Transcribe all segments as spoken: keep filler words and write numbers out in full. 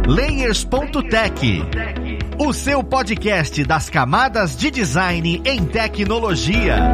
Layers ponto tech, o seu podcast das camadas de design em tecnologia.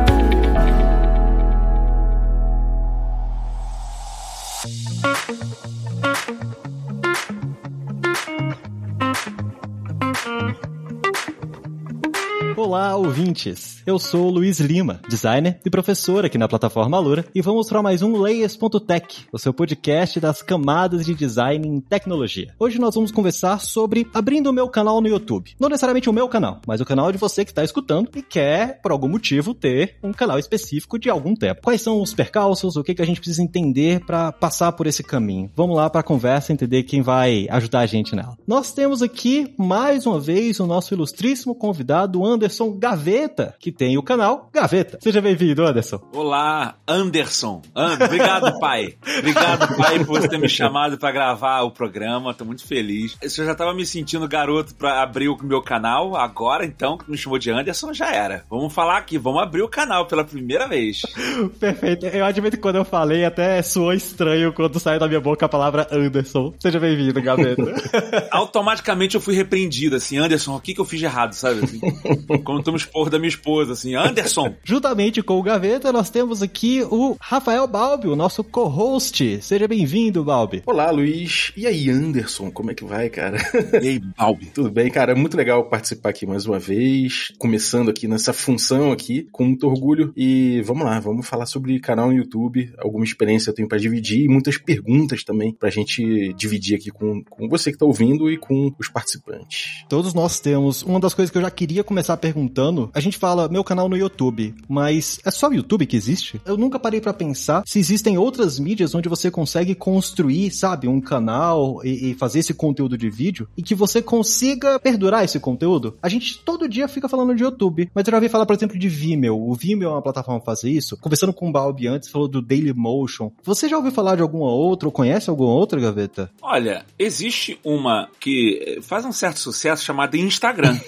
Olá, ouvintes! Eu sou o Luiz Lima, designer e professor aqui na plataforma Alura, e vamos para mais um Layers ponto tech, o seu podcast das camadas de design em tecnologia. Hoje nós vamos conversar sobre abrindo o meu canal no YouTube. Não necessariamente o meu canal, mas o canal de você que está escutando e quer, por algum motivo, ter um canal específico de algum tempo. Quais são os percalços, o que, que a gente precisa entender para passar por esse caminho? Vamos lá para a conversa entender quem vai ajudar a gente nela. Nós temos aqui, mais uma vez, o nosso ilustríssimo convidado, Anderson Gaveta, que tem o canal Gaveta. Seja bem-vindo, Anderson. Olá, Anderson. And... Obrigado, pai. Obrigado, pai, por você ter me chamado para gravar o programa. Tô muito feliz. Eu já tava me sentindo garoto para abrir o meu canal. Agora, então, que me chamou de Anderson, já era. Vamos falar aqui, vamos abrir o canal pela primeira vez. Perfeito. Eu admito que quando eu falei, até soou estranho quando saiu da minha boca a palavra Anderson. Seja bem-vindo, Gaveta. Automaticamente eu fui repreendido, assim, Anderson, o que que eu fiz de errado, sabe? Assim, como tomo esporro da minha esposa, assim, Anderson. Juntamente com o Gaveta, nós temos aqui o Rafael Balbi, o nosso co-host. Seja bem-vindo, Balbi. Olá, Luiz. E aí, Anderson, como é que vai, cara? E aí, Balbi? Tudo bem, cara? Muito legal participar aqui mais uma vez, começando aqui nessa função aqui, com muito orgulho. E vamos lá, vamos falar sobre canal no YouTube, alguma experiência eu tenho pra dividir e muitas perguntas também pra gente dividir aqui com, com você que tá ouvindo e com os participantes. Todos nós temos. Uma das coisas que eu já queria começar perguntando, a gente fala meu canal no YouTube, mas é só o YouTube que existe? Eu nunca parei pra pensar se existem outras mídias onde você consegue construir, sabe, um canal e, e fazer esse conteúdo de vídeo e que você consiga perdurar esse conteúdo. A gente todo dia fica falando de YouTube, mas eu já ouvi falar, por exemplo, de Vimeo. O Vimeo é uma plataforma que faz isso. Conversando com o Balbi antes, falou do Dailymotion. Você já ouviu falar de alguma outra ou conhece alguma outra, Gaveta? Olha, existe uma que faz um certo sucesso chamada Instagram.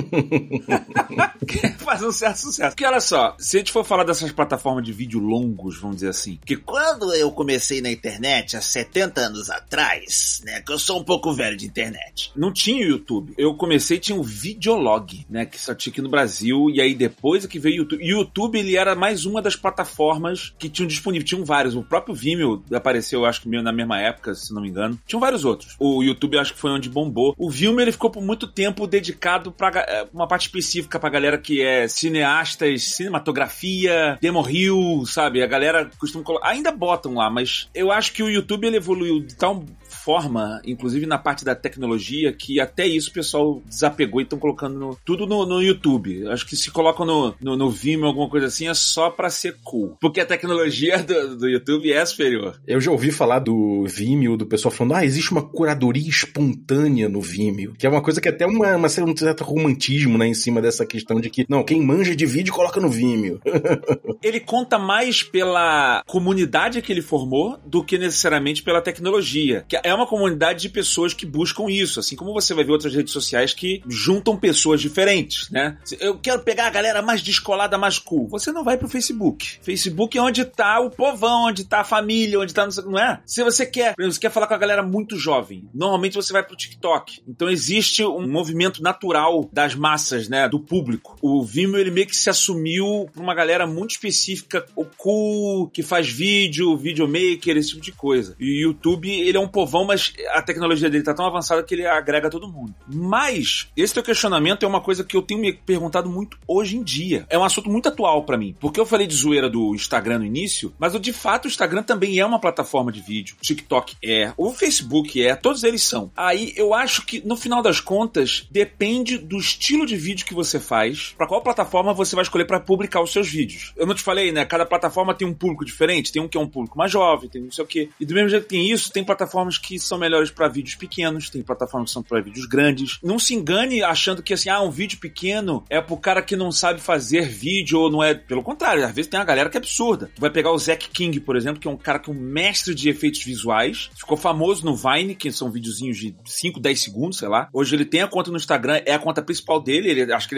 Que faz um certo sucesso. Porque olha só, se a gente for falar dessas plataformas de vídeo longos, vamos dizer assim, que quando eu comecei na internet há setenta anos atrás, né, que eu sou um pouco velho de internet, não tinha o YouTube. Eu comecei, tinha um Videolog, né, que só tinha aqui no Brasil, e aí depois é que veio o YouTube. E o YouTube, ele era mais uma das plataformas que tinham disponível. Tinham vários. O próprio Vimeo apareceu, acho que na mesma época, se não me engano. Tinham vários outros. O YouTube, acho que foi onde bombou. O Vimeo, ele ficou por muito tempo dedicado pra uma parte específica pra galera que é cineastas, cinematografia, demo reel, sabe? A galera costuma colocar... Ainda botam lá, mas eu acho que o YouTube, ele evoluiu de tal forma, inclusive na parte da tecnologia, que até isso o pessoal desapegou e estão colocando no, tudo no, no YouTube. Acho que se colocam no, no, no Vimeo, alguma coisa assim, é só pra ser cool. Porque a tecnologia do, do YouTube é superior. Eu já ouvi falar do Vimeo, do pessoal falando, ah, existe uma curadoria espontânea no Vimeo, que é uma coisa que até uma, uma, um certo romantismo, né, em cima dessa questão de que, não, quem manja de vídeo coloca no Vimeo. Ele conta mais pela comunidade que ele formou do que necessariamente pela tecnologia. Que é uma comunidade de pessoas que buscam isso, assim como você vai ver outras redes sociais que juntam pessoas diferentes, né? Eu quero pegar a galera mais descolada, mais cool. Você não vai pro Facebook. Facebook é onde tá o povão, onde tá a família, onde tá... Não é? Se você quer, você quer falar com a galera muito jovem, normalmente você vai pro TikTok. Então existe um movimento natural das massas, né? Do público. O Vimeo, ele meio que se assumiu pra uma galera muito específica, o cool, que faz vídeo, videomaker, esse tipo de coisa. E o YouTube, ele é um povão, mas a tecnologia dele tá tão avançada que ele agrega todo mundo. Mas, esse teu questionamento é uma coisa que eu tenho me perguntado muito hoje em dia. É um assunto muito atual pra mim. Porque eu falei de zoeira do Instagram no início, mas de fato o Instagram também é uma plataforma de vídeo. O TikTok é, o Facebook é, todos eles são. Aí eu acho que, no final das contas, depende do estilo de vídeo que você faz, pra qual plataforma você vai escolher pra publicar os seus vídeos. Eu não te falei, né? Cada plataforma tem um público diferente, tem um que é um público mais jovem, tem não sei o quê. E do mesmo jeito que tem isso, tem plataformas que são melhores pra vídeos pequenos, tem plataformas que são pra vídeos grandes. Não se engane achando que, assim, ah, um vídeo pequeno é pro cara que não sabe fazer vídeo ou não é... Pelo contrário, às vezes tem uma galera que é absurda. Tu vai pegar o Zack King, por exemplo, que é um cara que é um mestre de efeitos visuais, ficou famoso no Vine, que são videozinhos de cinco, dez segundos, sei lá. Hoje ele tem a conta no Instagram, é a conta principal dele, ele, acho que ele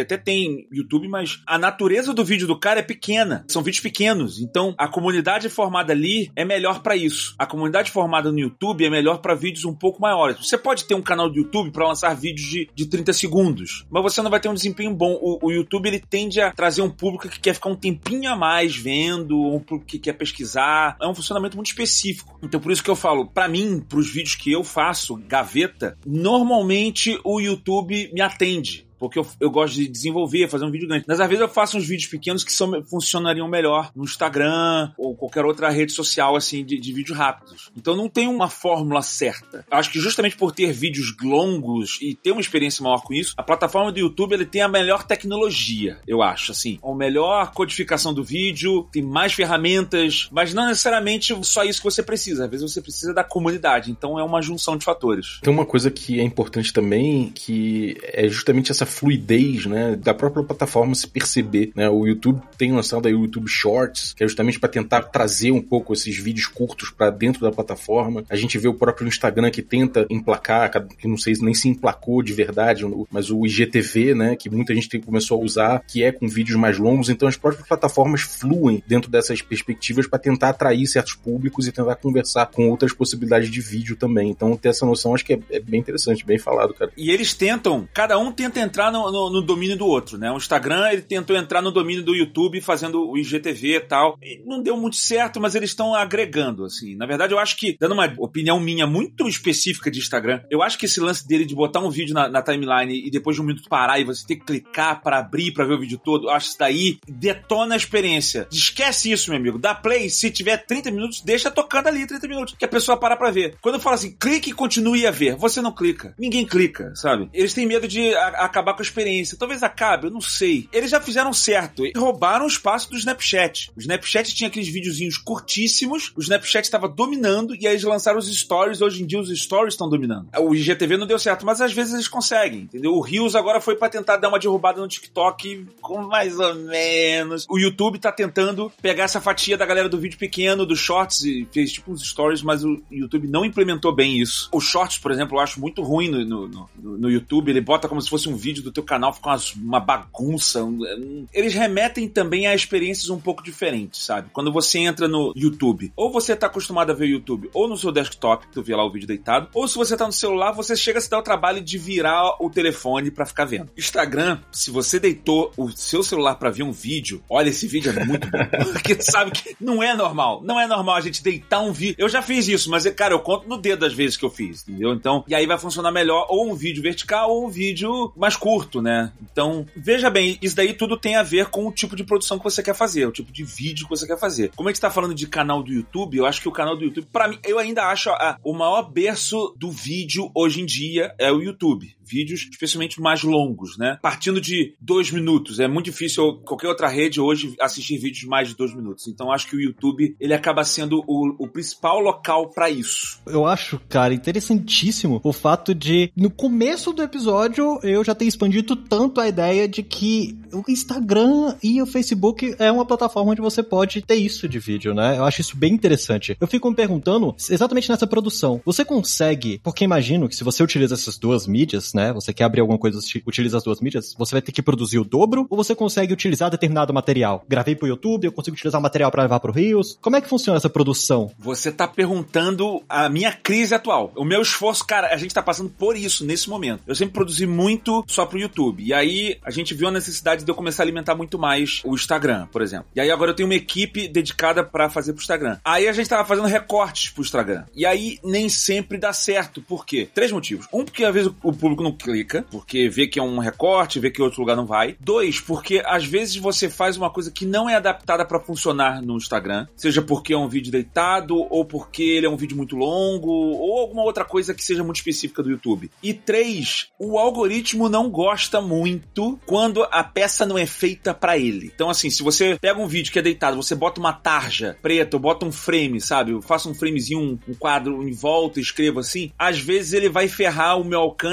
até tem YouTube, mas a natureza do vídeo do cara é pequena. São vídeos pequenos. Então, a comunidade formada ali é melhor pra isso. A comunidade formada no YouTube é melhor pra vídeos um pouco maiores. Você pode ter um canal do YouTube pra lançar vídeos de, de trinta segundos, mas você não vai ter um desempenho bom. O, o YouTube, ele tende a trazer um público que quer ficar um tempinho a mais vendo, um público que quer pesquisar. É um funcionamento muito específico. Então, por isso que eu falo, pra mim, pros vídeos que eu faço, gaveta, normalmente o YouTube me atende. Porque eu, eu gosto de desenvolver, fazer um vídeo grande. Mas às vezes eu faço uns vídeos pequenos que são, funcionariam melhor no Instagram ou qualquer outra rede social, assim, de, de vídeos rápidos. Então não tem uma fórmula certa. Eu acho que justamente por ter vídeos longos e ter uma experiência maior com isso, a plataforma do YouTube, ele tem a melhor tecnologia, eu acho, assim. A melhor codificação do vídeo, tem mais ferramentas, mas não necessariamente só isso que você precisa. Às vezes você precisa da comunidade. Então é uma junção de fatores. Tem uma coisa que é importante também, que é justamente essa fluidez, né, da própria plataforma se perceber, né? O YouTube tem lançado aí o YouTube Shorts, que é justamente para tentar trazer um pouco esses vídeos curtos para dentro da plataforma. A gente vê o próprio Instagram que tenta emplacar, que não sei nem se emplacou de verdade, mas o I G T V, né, que muita gente começou a usar, que é com vídeos mais longos. Então as próprias plataformas fluem dentro dessas perspectivas para tentar atrair certos públicos e tentar conversar com outras possibilidades de vídeo também. Então ter essa noção acho que é, é bem interessante, bem falado, cara. E eles tentam, cada um tenta entrar entrar no, no, no domínio do outro, né? O Instagram, ele tentou entrar no domínio do YouTube fazendo o I G T V e tal. E não deu muito certo, mas eles estão agregando, assim. Na verdade, eu acho que, dando uma opinião minha muito específica de Instagram, eu acho que esse lance dele de botar um vídeo na, na timeline e depois de um minuto parar e você ter que clicar para abrir, para ver o vídeo todo, eu acho que isso daí detona a experiência. Esquece isso, meu amigo. Dá play, se tiver trinta minutos, deixa tocando ali trinta minutos, que a pessoa para pra ver. Quando eu falo assim, clique e continue a ver, você não clica. Ninguém clica, sabe? Eles têm medo de a, acabar com a experiência. Talvez acabe, eu não sei. Eles já fizeram certo. E roubaram o espaço do Snapchat. O Snapchat tinha aqueles videozinhos curtíssimos, o Snapchat estava dominando e aí eles lançaram os stories. Hoje em dia os stories estão dominando. O I G T V não deu certo, mas às vezes eles conseguem, entendeu? O Reels agora foi pra tentar dar uma derrubada no TikTok, com mais ou menos. O YouTube tá tentando pegar essa fatia da galera do vídeo pequeno, dos shorts, e fez tipo uns stories, mas o YouTube não implementou bem isso. Os shorts, por exemplo, eu acho muito ruim no, no, no, no YouTube. Ele bota como se fosse um vídeo do teu canal, fica uma, uma bagunça. Um, eles remetem também a experiências um pouco diferentes, sabe? Quando você entra no YouTube, ou você tá acostumado a ver o YouTube ou no seu desktop, que tu vê lá o vídeo deitado, ou se você tá no celular, você chega a se dar o trabalho de virar o telefone pra ficar vendo. Instagram, se você deitou o seu celular pra ver um vídeo, olha, esse vídeo é muito bom. Porque tu sabe que não é normal. Não é normal a gente deitar um vídeo. Eu já fiz isso, mas, cara, eu conto no dedo das vezes que eu fiz, entendeu? Então, e aí vai funcionar melhor ou um vídeo vertical ou um vídeo mais curto, né? Então, veja bem, isso daí tudo tem a ver com o tipo de produção que você quer fazer, o tipo de vídeo que você quer fazer. Como a gente tá falando de canal do YouTube, eu acho que o canal do YouTube, pra mim, eu ainda acho a, o maior berço do vídeo hoje em dia é o YouTube. Vídeos especialmente mais longos, né? Partindo de dois minutos. É muito difícil qualquer outra rede hoje assistir vídeos de mais de dois minutos. Então acho que o YouTube, ele acaba sendo o, o principal local pra isso. Eu acho, cara, interessantíssimo o fato de, no começo do episódio, eu já ter expandido tanto a ideia de que o Instagram e o Facebook é uma plataforma onde você pode ter isso de vídeo, né? Eu acho isso bem interessante. Eu fico me perguntando, exatamente nessa produção, você consegue, porque imagino que se você utiliza essas duas mídias, né? Você quer abrir alguma coisa, utiliza as duas mídias, você vai ter que produzir o dobro, ou você consegue utilizar determinado material? Gravei pro YouTube, eu consigo utilizar o material pra levar pro Reels? Como é que funciona essa produção? Você tá perguntando a minha crise atual. O meu esforço, cara, a gente tá passando por isso nesse momento. Eu sempre produzi muito só pro YouTube. E aí, a gente viu a necessidade de eu começar a alimentar muito mais o Instagram, por exemplo. E aí, agora eu tenho uma equipe dedicada pra fazer pro Instagram. Aí, a gente tava fazendo recortes pro Instagram. E aí, nem sempre dá certo. Por quê? Três motivos. Um, porque às vezes o público não clica, porque vê que é um recorte, vê que outro lugar não vai. Dois, porque às vezes você faz uma coisa que não é adaptada pra funcionar no Instagram, seja porque é um vídeo deitado, ou porque ele é um vídeo muito longo, ou alguma outra coisa que seja muito específica do YouTube. E três, o algoritmo não gosta muito quando a peça não é feita pra ele. Então assim, se você pega um vídeo que é deitado, você bota uma tarja preta, ou bota um frame, sabe? Eu faço um framezinho, um, um quadro em volta, escrevo assim, às vezes ele vai ferrar o meu alcance porque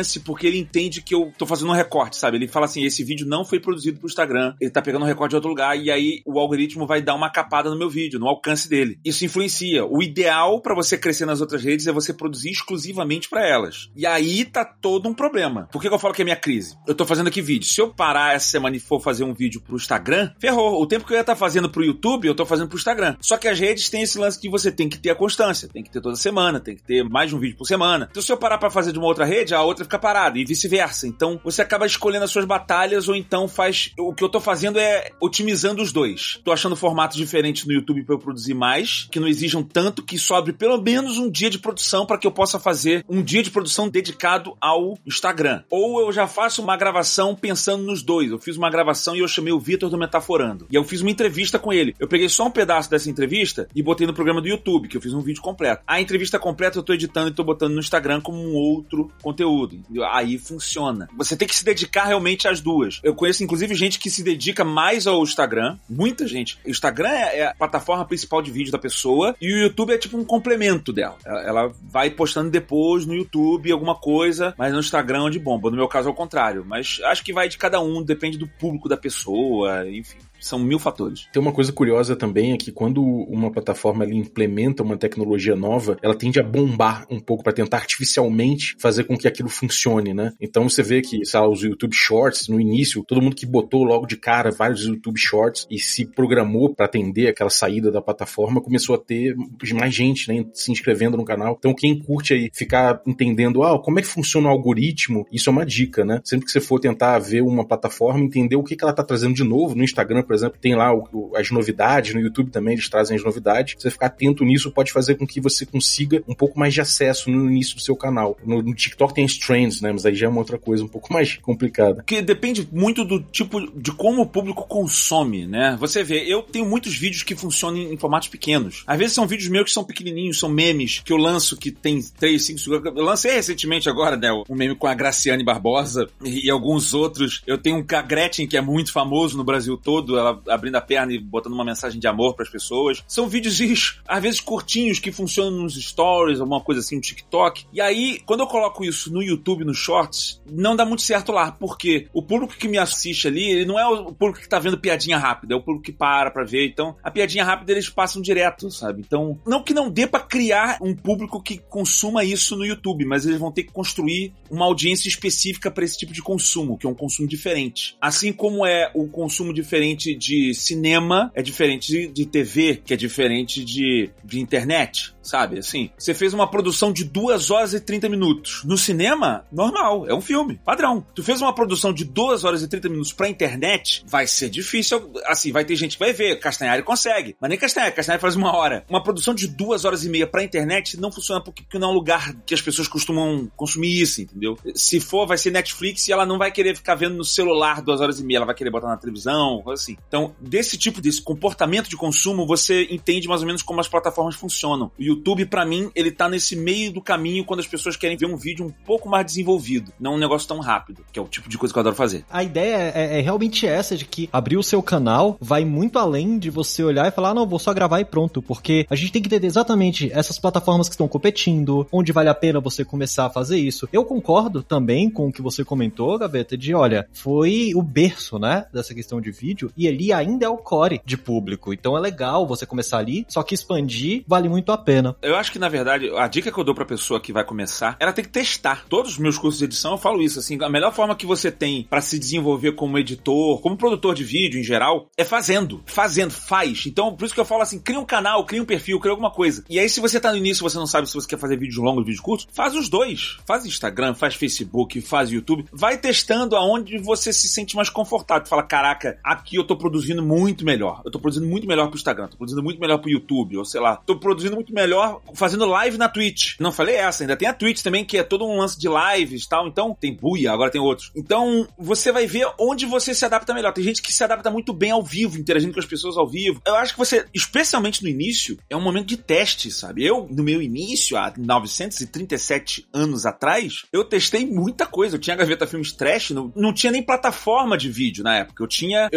porque ele entende que eu tô fazendo um recorte, sabe? Ele fala assim, esse vídeo não foi produzido pro Instagram, ele tá pegando um recorte de outro lugar, e aí o algoritmo vai dar uma capada no meu vídeo, no alcance dele. Isso influencia. O ideal pra você crescer nas outras redes é você produzir exclusivamente pra elas. E aí tá todo um problema. Por que que eu falo que é minha crise? Eu tô fazendo aqui vídeo. Se eu parar essa semana e for fazer um vídeo pro Instagram, ferrou. O tempo que eu ia estar fazendo pro YouTube, eu tô fazendo pro Instagram. Só que as redes têm esse lance que você tem que ter a constância, tem que ter toda semana, tem que ter mais de um vídeo por semana. Então se eu parar pra fazer de uma outra rede, a outra fica parada e vice-versa. Então você acaba escolhendo as suas batalhas ou então faz... O que eu tô fazendo é otimizando os dois. Tô achando formatos diferentes no YouTube pra eu produzir mais, que não exijam tanto, que sobre pelo menos um dia de produção pra que eu possa fazer um dia de produção dedicado ao Instagram. Ou eu já faço uma gravação pensando nos dois. Eu fiz uma gravação e eu chamei o Vitor do Metaforando. E eu fiz uma entrevista com ele. Eu peguei só um pedaço dessa entrevista e botei no programa do YouTube, que eu fiz um vídeo completo. A entrevista completa eu tô editando e tô botando no Instagram como um outro conteúdo. Entendeu? Aí funciona. Você tem que se dedicar realmente às duas. Eu conheço, inclusive, gente que se dedica mais ao Instagram. Muita gente. O Instagram é a plataforma principal de vídeo da pessoa e o YouTube é tipo um complemento dela. Ela vai postando depois no YouTube alguma coisa, mas no Instagram é onde bomba. No meu caso é o contrário. Mas acho que vai de cada um, depende do público da pessoa, enfim. São mil fatores. Tem uma coisa curiosa também, é que quando uma plataforma ela implementa uma tecnologia nova, ela tende a bombar um pouco para tentar artificialmente fazer com que aquilo funcione, né? Então você vê que, sei lá, os YouTube Shorts, no início, todo mundo que botou logo de cara vários YouTube Shorts e se programou para atender aquela saída da plataforma, começou a ter mais gente, né, se inscrevendo no canal. Então quem curte aí ficar entendendo, ah, como é que funciona o algoritmo, isso é uma dica, né? Sempre que você for tentar ver uma plataforma, entender o que, que ela tá trazendo de novo no Instagram, por exemplo, tem lá o, o, as novidades, no YouTube também eles trazem as novidades. Você ficar atento nisso pode fazer com que você consiga um pouco mais de acesso no início do seu canal. No, no TikTok tem as trends, né? Mas aí já é uma outra coisa um pouco mais complicada. Porque depende muito do tipo de como o público consome, né? Você vê, eu tenho muitos vídeos que funcionam em, em formatos pequenos. Às vezes são vídeos meus que são pequenininhos, são memes que eu lanço que tem três, cinco segundos. Eu lancei recentemente agora, né? Um meme com a Graciane Barbosa e, e alguns outros. Eu tenho um com a Gretchen, que é muito famoso no Brasil todo, ela abrindo a perna e botando uma mensagem de amor pras pessoas. São vídeos, às vezes, curtinhos, que funcionam nos stories, alguma coisa assim, no TikTok. E aí, quando eu coloco isso no YouTube, nos Shorts, não dá muito certo lá, porque o público que me assiste ali, ele não é o público que tá vendo piadinha rápida, é o público que para pra ver. Então, a piadinha rápida eles passam direto, sabe? Então, não que não dê pra criar um público que consuma isso no YouTube, mas eles vão ter que construir uma audiência específica pra esse tipo de consumo, que é um consumo diferente. Assim como é o consumo diferente de cinema, é diferente de, de T V, que é diferente de, de internet, sabe? Assim, você fez uma produção de duas horas e trinta minutos. No cinema, normal, é um filme, padrão. Tu fez uma produção de duas horas e trinta minutos pra internet, vai ser difícil, assim, vai ter gente que vai ver, Castanhari consegue, mas nem Castanhari, Castanhari faz uma hora. Uma produção de duas horas e meia pra internet não funciona porque, porque não é um lugar que as pessoas costumam consumir isso, entendeu? Se for, vai ser Netflix e ela não vai querer ficar vendo no celular duas horas e meia, ela vai querer botar na televisão, coisa assim. Então, desse tipo, desse comportamento de consumo, você entende mais ou menos como as plataformas funcionam. O YouTube, pra mim, ele tá nesse meio do caminho quando as pessoas querem ver um vídeo um pouco mais desenvolvido, não um negócio tão rápido, que é o tipo de coisa que eu adoro fazer. A ideia é, é realmente essa, de que abrir o seu canal vai muito além de você olhar e falar, ah, não, vou só gravar e pronto, porque a gente tem que entender exatamente essas plataformas que estão competindo, onde vale a pena você começar a fazer isso. Eu concordo também com o que você comentou, Gaveta, de, olha, foi o berço, né, dessa questão de vídeo, e ali ainda é o core de público, então é legal você começar ali, só que expandir vale muito a pena. Eu acho que, na verdade, a dica que eu dou pra pessoa que vai começar, ela tem que testar. Todos os meus cursos de edição eu falo isso, assim, a melhor forma que você tem pra se desenvolver como editor, como produtor de vídeo em geral, é fazendo. Fazendo, faz. Então, por isso que eu falo assim, cria um canal, cria um perfil, cria alguma coisa. E aí, se você tá no início, você não sabe se você quer fazer vídeos longos, vídeos curtos, faz os dois. Faz Instagram, faz Facebook, faz YouTube. Vai testando aonde você se sente mais confortável. Fala, caraca, aqui eu tô produzindo muito melhor. Eu tô produzindo muito melhor pro Instagram, tô produzindo muito melhor pro YouTube, ou sei lá, tô produzindo muito melhor fazendo live na Twitch. Não falei essa, ainda tem a Twitch também, que é todo um lance de lives e tal, então tem Buia, agora tem outros. Então, você vai ver onde você se adapta melhor. Tem gente que se adapta muito bem ao vivo, interagindo com as pessoas ao vivo. Eu acho que você, especialmente no início, é um momento de teste, sabe? Eu, no meu início, há novecentos e trinta e sete anos atrás, eu testei muita coisa. Eu tinha a Gaveta Filmes Trash, não, não tinha nem plataforma de vídeo na época. Eu tinha, eu fiz um,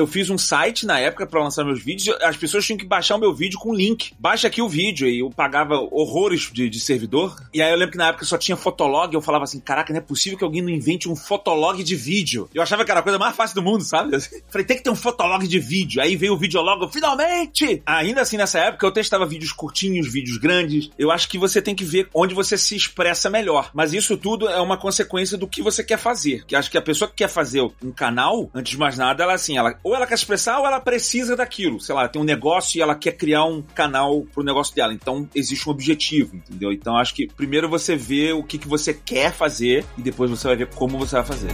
site na época pra lançar meus vídeos, as pessoas tinham que baixar o meu vídeo com link. Baixa aqui o vídeo, e eu pagava horrores de, de servidor. E aí eu lembro que na época só tinha Fotolog, eu falava assim, caraca, não é possível que alguém não invente um Fotolog de vídeo. Eu achava que era a coisa mais fácil do mundo, sabe? Eu falei, tem que ter um Fotolog de vídeo. Aí veio o Videolog, finalmente! Ainda assim, nessa época, eu testava vídeos curtinhos, vídeos grandes. Eu acho que você tem que ver onde você se expressa melhor. Mas isso tudo é uma consequência do que você quer fazer. Que acho que a pessoa que quer fazer um canal, antes de mais nada, ela assim, ela, ou ela quer se expressar ou ela precisa daquilo. Sei lá, tem um negócio e ela quer criar um canal pro negócio dela. Então, existe um objetivo, entendeu? Então, acho que primeiro você vê o que, que você quer fazer e depois você vai ver como você vai fazer.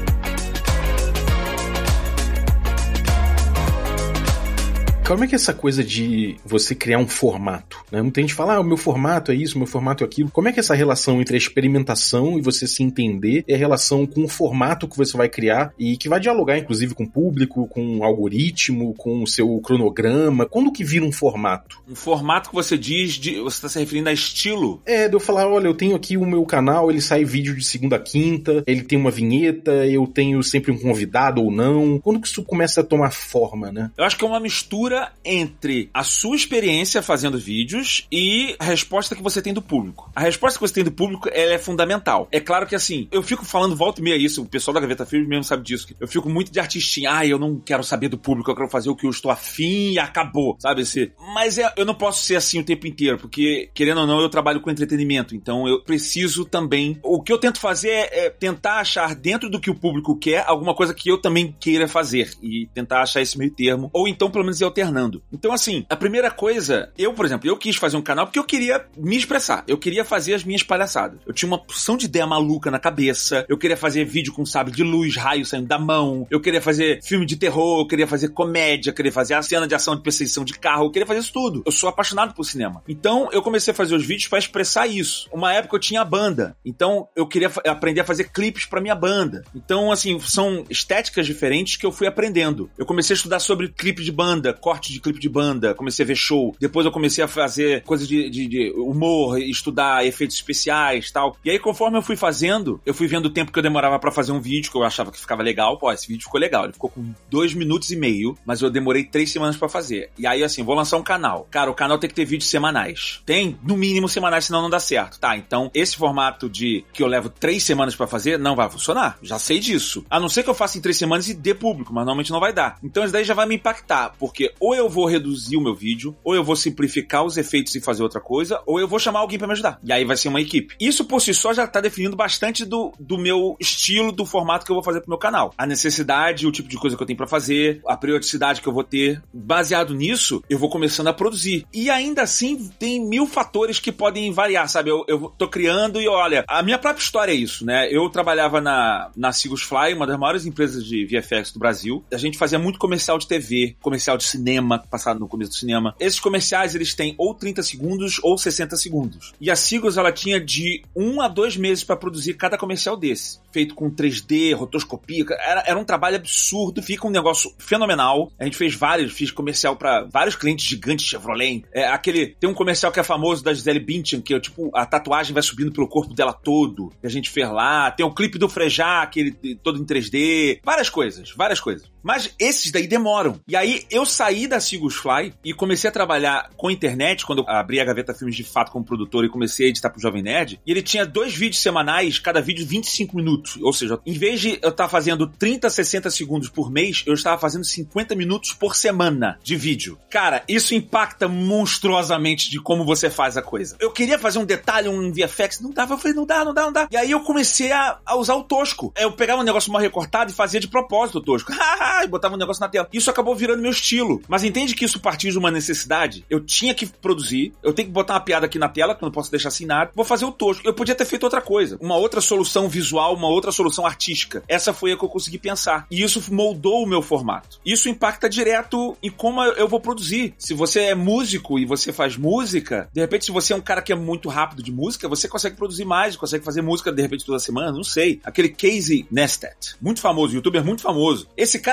Como é que é essa coisa de você criar um formato, né? Muita gente fala, ah, o meu formato é isso, o meu formato é aquilo. Como é que é essa relação entre a experimentação e você se entender e a relação com o formato que você vai criar e que vai dialogar, inclusive, com o público, com o algoritmo, com o seu cronograma? Quando que vira um formato? Um formato que você diz, de, você está se referindo a estilo? É, de eu falar, olha, eu tenho aqui o meu canal, ele sai vídeo de segunda a quinta, ele tem uma vinheta, eu tenho sempre um convidado ou não. Quando que isso começa a tomar forma, né? Eu acho que é uma mistura entre a sua experiência fazendo vídeos e a resposta que você tem do público. A resposta que você tem do público, ela é fundamental. É claro que assim, eu fico falando volta e meia isso, o pessoal da Gaveta Filmes mesmo sabe disso. Eu fico muito de artistinha, ah, eu não quero saber do público, eu quero fazer o que eu estou afim e acabou, sabe? Esse... Mas é, eu não posso ser assim o tempo inteiro, porque, querendo ou não, eu trabalho com entretenimento, então eu preciso também... O que eu tento fazer é, é tentar achar dentro do que o público quer, alguma coisa que eu também queira fazer, e tentar achar esse meio termo, ou então pelo menos eu alternando. Então, assim, a primeira coisa, eu, por exemplo, eu quis fazer um canal porque eu queria me expressar, eu queria fazer as minhas palhaçadas. Eu tinha uma porção de ideia maluca na cabeça, eu queria fazer vídeo com sabre de luz, raio saindo da mão, eu queria fazer filme de terror, eu queria fazer comédia, eu queria fazer a cena de ação de perseguição de carro, eu queria fazer isso tudo. Eu sou apaixonado por cinema. Então, eu comecei a fazer os vídeos pra expressar isso. Uma época eu tinha banda, então eu queria fa- aprender a fazer clipes pra minha banda. Então, assim, são estéticas diferentes que eu fui aprendendo. Eu comecei a estudar sobre clipe de banda, corte de clipe de banda, comecei a ver show, depois eu comecei a fazer coisas de, de, de humor, estudar efeitos especiais e tal, e aí conforme eu fui fazendo, eu fui vendo o tempo que eu demorava pra fazer um vídeo, que eu achava que ficava legal, pô, esse vídeo ficou legal, ele ficou com dois minutos e meio, mas eu demorei três semanas pra fazer, e aí assim, vou lançar um canal, cara, o canal tem que ter vídeos semanais, tem no mínimo semanais, senão não dá certo, tá, então esse formato de que eu levo três semanas pra fazer, não vai funcionar, já sei disso, a não ser que eu faça em três semanas e dê público, mas normalmente não vai dar, então isso daí já vai me impactar, porque ou eu vou reduzir o meu vídeo, ou eu vou simplificar os efeitos e fazer outra coisa, ou eu vou chamar alguém pra me ajudar. E aí vai ser uma equipe. Isso por si só já tá definindo bastante do, do meu estilo, do formato que eu vou fazer pro meu canal. A necessidade, o tipo de coisa que eu tenho pra fazer, a periodicidade que eu vou ter. Baseado nisso, eu vou começando a produzir. E ainda assim, tem mil fatores que podem variar, sabe? Eu, eu tô criando e olha, a minha própria história é isso, né? Eu trabalhava na, na Sigus Fly, uma das maiores empresas de V F X do Brasil. A gente fazia muito comercial de T V, comercial de cinema, passado no começo do cinema. Esses comerciais, eles têm ou trinta segundos ou sessenta segundos. E a Sigus, ela tinha de um a dois meses pra produzir cada comercial desse. Feito com três D, rotoscopia. Era, era um trabalho absurdo. Fica um negócio fenomenal. A gente fez vários, fiz comercial pra vários clientes gigantes Chevrolet. É, aquele, tem um comercial que é famoso da Gisele Bündchen, que é tipo, a tatuagem vai subindo pelo corpo dela todo. Que a gente fez lá. Tem o clipe do Frejá, aquele todo em três D. Várias coisas, várias coisas. Mas esses daí demoram. E aí, eu saí da Sigus Fly e comecei a trabalhar com internet, quando eu abri a Gaveta Filmes de fato como produtor e comecei a editar pro Jovem Nerd, e ele tinha dois vídeos semanais, cada vídeo vinte e cinco minutos. Ou seja, em vez de eu estar fazendo trinta, sessenta segundos por mês, eu estava fazendo cinquenta minutos por semana de vídeo. Cara, isso impacta monstruosamente de como você faz a coisa. Eu queria fazer um detalhe, um V F X, não dava, eu falei, não dá, não dá, não dá. E aí eu comecei a, a usar o tosco. Eu pegava um negócio mal recortado e fazia de propósito o tosco. E botava um negócio na tela. Isso acabou virando meu estilo. Mas entende que isso partiu de uma necessidade? Eu tinha que produzir, eu tenho que botar uma piada aqui na tela, que eu não posso deixar assim nada. Vou fazer o tosco. Eu podia ter feito outra coisa. Uma outra solução visual, uma outra solução artística. Essa foi a que eu consegui pensar. E isso moldou o meu formato. Isso impacta direto em como eu vou produzir. Se você é músico e você faz música, de repente, se você é um cara que é muito rápido de música, você consegue produzir mais, consegue fazer música, de repente, toda semana, não sei. Aquele Casey Neistat, muito famoso, youtuber muito famoso. Esse cara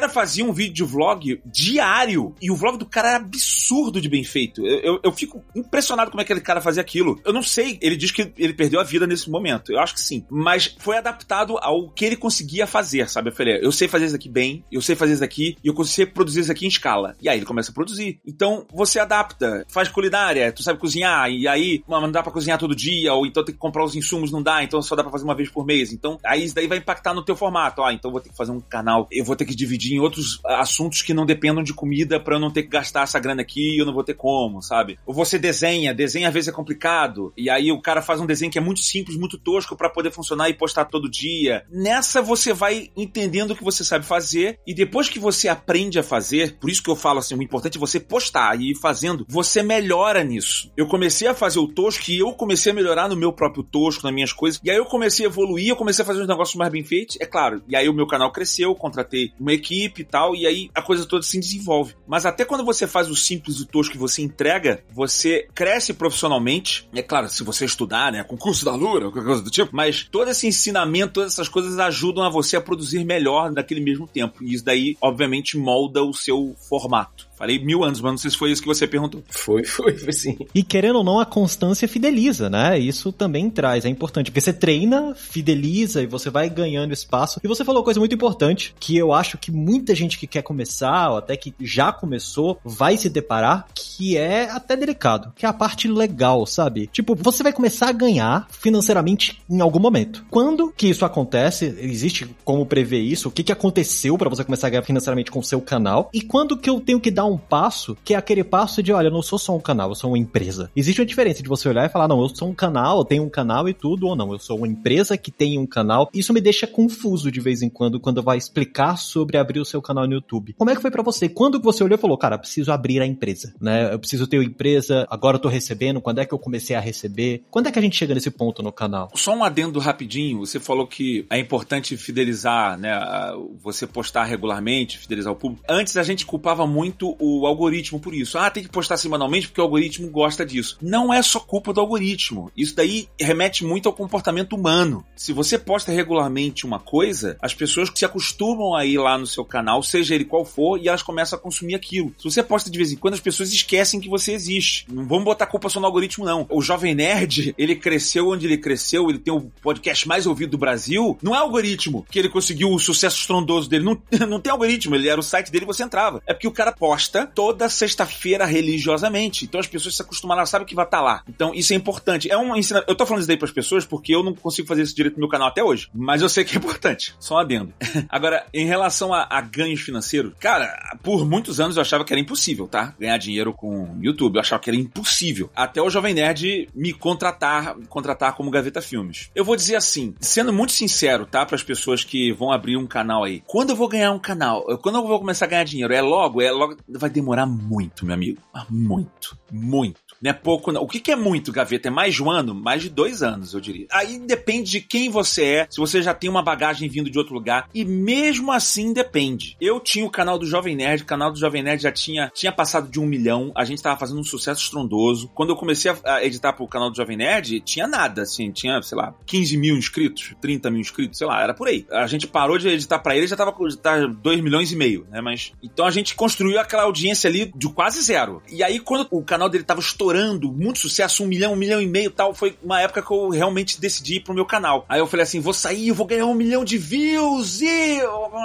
fazia um vídeo de vlog diário, e o vlog do cara era absurdo de bem feito. Eu, eu, eu fico impressionado como é que aquele cara fazia aquilo. Eu não sei, ele diz que ele perdeu a vida nesse momento. Eu acho que sim. Mas foi adaptado ao que ele conseguia fazer, sabe? Eu falei, eu sei fazer isso aqui bem, eu sei fazer isso aqui, e eu consigo produzir isso aqui em escala. E aí ele começa a produzir. Então, você adapta, faz culinária, tu sabe cozinhar, e aí, mano, não dá pra cozinhar todo dia, ou então tem que comprar os insumos, não dá, então só dá pra fazer uma vez por mês. Então, aí isso daí vai impactar no teu formato. Ah, então vou ter que fazer um canal, eu vou ter que dividir em outros assuntos que não dependam de comida pra eu não ter que gastar essa grana aqui e eu não vou ter como, sabe? Ou você desenha, desenha às vezes é complicado, e aí o cara faz um desenho que é muito simples, muito tosco pra poder funcionar e postar todo dia. Nessa você vai entendendo o que você sabe fazer, e depois que você aprende a fazer, por isso que eu falo assim, o importante é você postar e ir fazendo, você melhora nisso. Eu comecei a fazer o tosco e eu comecei a melhorar no meu próprio tosco, nas minhas coisas, e aí eu comecei a evoluir, eu comecei a fazer uns negócios mais bem feitos, é claro, e aí o meu canal cresceu, contratei uma equipe e tal, e aí a coisa toda se desenvolve. Mas até quando você faz o simples e o tosco que você entrega, você cresce profissionalmente, é claro, se você estudar, né, concurso da Lura, qualquer coisa do tipo, mas todo esse ensinamento, todas essas coisas ajudam a você a produzir melhor naquele mesmo tempo, e isso daí, obviamente, molda o seu formato. Falei mil anos, mas não sei se foi isso que você perguntou. Foi, foi, foi sim. E querendo ou não, a constância fideliza, né? Isso também traz, é importante. Porque você treina, fideliza e você vai ganhando espaço. E você falou uma coisa muito importante, que eu acho que muita gente que quer começar, ou até que já começou, vai se deparar, que é até delicado, que é a parte legal, sabe? Tipo, você vai começar a ganhar financeiramente em algum momento. Quando que isso acontece? Existe como prever isso? O que que aconteceu pra você começar a ganhar financeiramente com o seu canal? E quando que eu tenho que dar um passo, que é aquele passo de, olha, eu não sou só um canal, eu sou uma empresa. Existe uma diferença de você olhar e falar, não, eu sou um canal, eu tenho um canal e tudo, ou não, eu sou uma empresa que tem um canal. Isso me deixa confuso de vez em quando, quando vai explicar sobre abrir o seu canal no YouTube. Como é que foi pra você? Quando você olhou e falou, cara, eu preciso abrir a empresa, né? Eu preciso ter uma empresa, agora eu tô recebendo, quando é que eu comecei a receber? Quando é que a gente chega nesse ponto no canal? Só um adendo rapidinho, você falou que é importante fidelizar, né? Você postar regularmente, fidelizar o público. Antes a gente culpava muito o algoritmo por isso. Ah, tem que postar semanalmente porque o algoritmo gosta disso. Não é só culpa do algoritmo. Isso daí remete muito ao comportamento humano. Se você posta regularmente uma coisa, as pessoas se acostumam a ir lá no seu canal, seja ele qual for, e elas começam a consumir aquilo. Se você posta de vez em quando, as pessoas esquecem que você existe. Não vamos botar culpa só no algoritmo, não. O Jovem Nerd, ele cresceu onde ele cresceu, ele tem o podcast mais ouvido do Brasil. Não é algoritmo que ele conseguiu o sucesso estrondoso dele. Não, não tem algoritmo. Ele era o site dele e você entrava. É porque o cara posta toda sexta-feira religiosamente. Então as pessoas se acostumaram, sabem que vai estar lá. Então isso é importante. É um ensina... Eu tô falando isso daí pras pessoas porque eu não consigo fazer isso direito no meu canal até hoje. Mas eu sei que é importante. Só um adendo. Agora, em relação a, a ganhos financeiros, cara, por muitos anos eu achava que era impossível, tá? Ganhar dinheiro com YouTube. Eu achava que era impossível. Até o Jovem Nerd me contratar, contratar como Gaveta Filmes. Eu vou dizer assim, sendo muito sincero, tá? Para as pessoas que vão abrir um canal aí. Quando eu vou ganhar um canal? Quando eu vou começar a ganhar dinheiro? É logo? É logo... Vai demorar muito, meu amigo. Muito. Muito. Não é pouco, não. O que que é muito, Gaveta? É mais de um ano? Mais de dois anos, eu diria. Aí depende de quem você é, se você já tem uma bagagem vindo de outro lugar. E mesmo assim depende. Eu tinha o canal do Jovem Nerd. O canal do Jovem Nerd já tinha, tinha passado de um milhão. A gente tava fazendo um sucesso estrondoso. Quando eu comecei a editar pro canal do Jovem Nerd, tinha nada, assim. Tinha, sei lá, quinze mil inscritos, trinta mil inscritos, sei lá, era por aí. A gente parou de editar pra ele, já tava com dois milhões e meio, né? Mas, então a gente construiu aquela audiência ali de quase zero. E aí, quando o canal dele tava estourando, muito sucesso, um milhão, um milhão e meio e tal, foi uma época que eu realmente decidi ir pro meu canal. Aí eu falei assim, vou sair, eu vou ganhar um milhão de views e...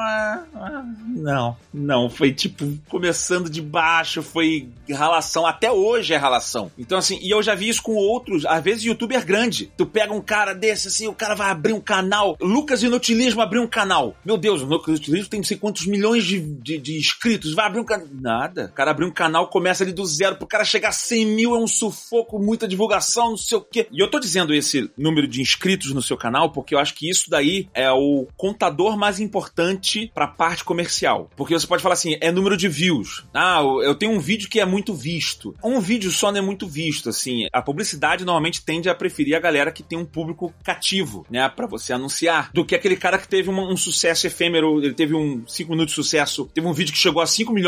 Não, não, foi tipo, começando de baixo, foi ralação, até hoje é ralação. Então assim, e eu já vi isso com outros, às vezes youtuber grande, tu pega um cara desse assim, o cara vai abrir um canal, Lucas Inutilismo abriu um canal, meu Deus, o Lucas Inutilismo tem não sei quantos milhões de, de, de inscritos, vai abrir um canal, nada, o cara abriu um canal, começa ali do zero, pro cara chegar a cem mil é um sufoco, muita divulgação, não sei o quê. E eu tô dizendo esse número de inscritos no seu canal porque eu acho que isso daí é o contador mais importante pra parte comercial. Porque você pode falar assim, é número de views. Ah, eu tenho um vídeo que é muito visto. Um vídeo só não é muito visto, assim. A publicidade normalmente tende a preferir a galera que tem um público cativo, né, pra você anunciar, do que aquele cara que teve um, um sucesso efêmero, ele teve um cinco minutos de sucesso, teve um vídeo que chegou a cinco milhões de visualizações